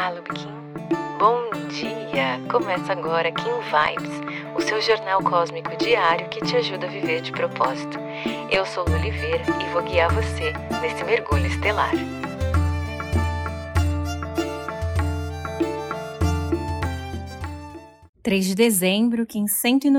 Olá, Lubikin. Bom dia! Começa agora Kim Vibes, o seu jornal cósmico diário que te ajuda a viver de propósito. Eu sou Lu Oliveira e vou guiar você nesse mergulho estelar. (3 de dezembro, Kim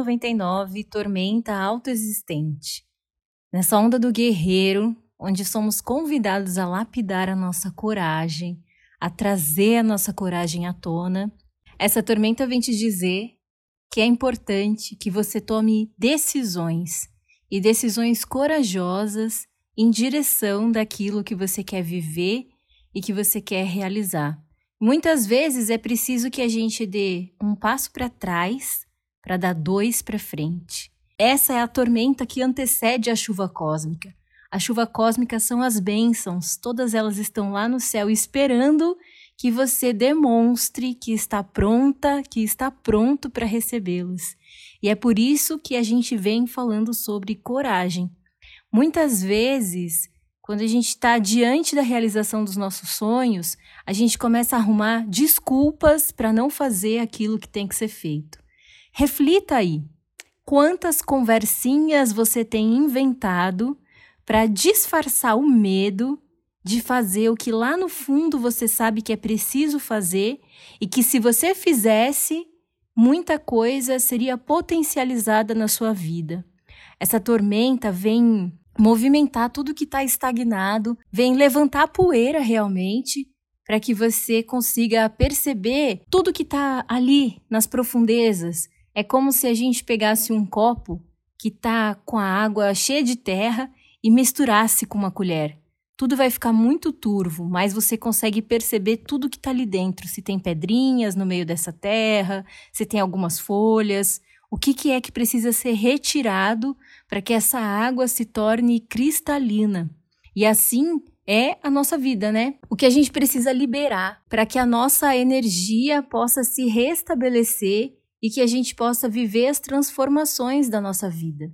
199, tormenta autoexistente. Nessa onda do guerreiro, onde somos convidados a lapidar a nossa coragem, a trazer a nossa coragem à tona, essa tormenta vem te dizer que é importante que você tome decisões, e decisões corajosas em direção daquilo que você quer viver e que você quer realizar. Muitas vezes é preciso que a gente dê um passo para trás para dar 2 para frente. Essa é a tormenta que antecede a chuva cósmica. A chuva cósmica são as bênçãos, todas elas estão lá no céu esperando que você demonstre que está pronta, que está pronto para recebê-los. E é por isso que a gente vem falando sobre coragem. Muitas vezes, quando a gente está diante da realização dos nossos sonhos, a gente começa a arrumar desculpas para não fazer aquilo que tem que ser feito. Reflita aí, quantas conversinhas você tem inventado para disfarçar o medo de fazer o que lá no fundo você sabe que é preciso fazer e que se você fizesse, muita coisa seria potencializada na sua vida. Essa tormenta vem movimentar tudo que está estagnado, vem levantar a poeira realmente para que você consiga perceber tudo que está ali nas profundezas. É como se a gente pegasse um copo que está com a água cheia de terra e misturasse com uma colher. Tudo vai ficar muito turvo, mas você consegue perceber tudo que está ali dentro. Se tem pedrinhas no meio dessa terra, se tem algumas folhas. O que é que precisa ser retirado para que essa água se torne cristalina? E assim é a nossa vida, né? O que a gente precisa liberar para que a nossa energia possa se restabelecer e que a gente possa viver as transformações da nossa vida.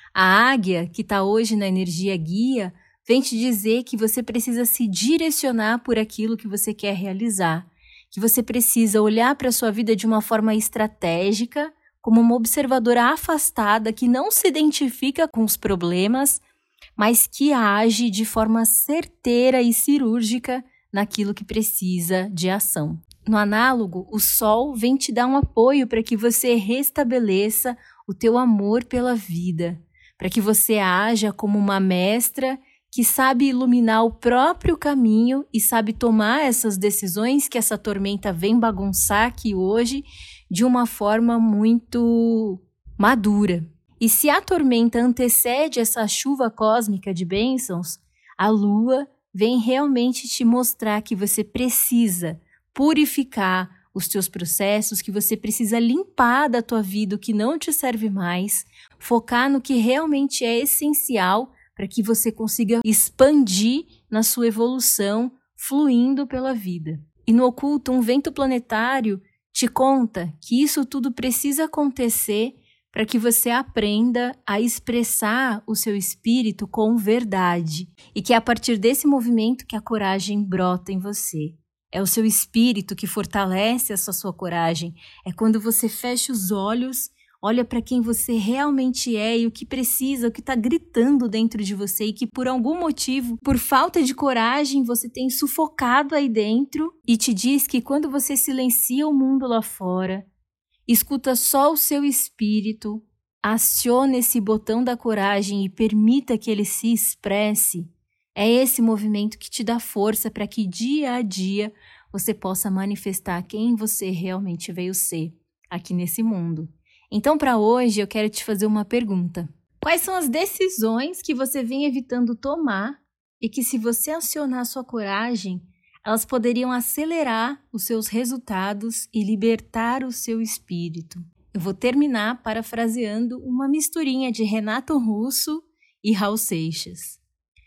A águia, que está hoje na energia guia, vem te dizer que você precisa se direcionar por aquilo que você quer realizar, que você precisa olhar para a sua vida de uma forma estratégica, como uma observadora afastada que não se identifica com os problemas, mas que age de forma certeira e cirúrgica naquilo que precisa de ação. No análogo, o Sol vem te dar um apoio para que você restabeleça o teu amor pela vida, para que você haja como uma mestra que sabe iluminar o próprio caminho e sabe tomar essas decisões que essa tormenta vem bagunçar aqui hoje de uma forma muito madura. E se a tormenta antecede essa chuva cósmica de bênçãos, a Lua vem realmente te mostrar que você precisa purificar os teus processos, que você precisa limpar da tua vida o que não te serve mais, focar no que realmente é essencial para que você consiga expandir na sua evolução, fluindo pela vida. E no oculto, um vento planetário te conta que isso tudo precisa acontecer para que você aprenda a expressar o seu espírito com verdade e que é a partir desse movimento que a coragem brota em você. É o seu espírito que fortalece essa sua coragem. É quando você fecha os olhos, olha para quem você realmente é e o que precisa, o que está gritando dentro de você e que por algum motivo, por falta de coragem, você tem sufocado aí dentro e te diz que quando você silencia o mundo lá fora, escuta só o seu espírito, aciona esse botão da coragem e permita que ele se expresse. É esse movimento que te dá força para que dia a dia você possa manifestar quem você realmente veio ser aqui nesse mundo. Então, para hoje, eu quero te fazer uma pergunta. Quais são as decisões que você vem evitando tomar e que, se você acionar a sua coragem, elas poderiam acelerar os seus resultados e libertar o seu espírito? Eu vou terminar parafraseando uma misturinha de Renato Russo e Raul Seixas.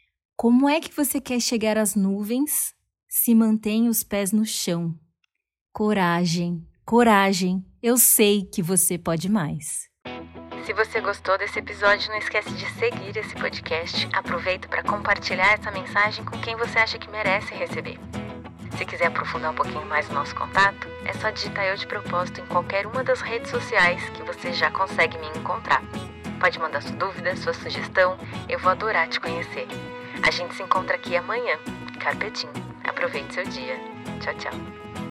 Como é que você quer chegar às nuvens se mantém os pés no chão? Coragem, coragem, eu sei que você pode mais. Se você gostou desse episódio, não esquece de seguir esse podcast. Aproveita para compartilhar essa mensagem com quem você acha que merece receber. Se quiser aprofundar um pouquinho mais o nosso contato, é só digitar Eu de Propósito em qualquer uma das redes sociais que você já consegue me encontrar. Pode mandar sua dúvida, sua sugestão, eu vou adorar te conhecer. A gente se encontra aqui amanhã. Carpe diem. Aproveite seu dia. Tchau, tchau.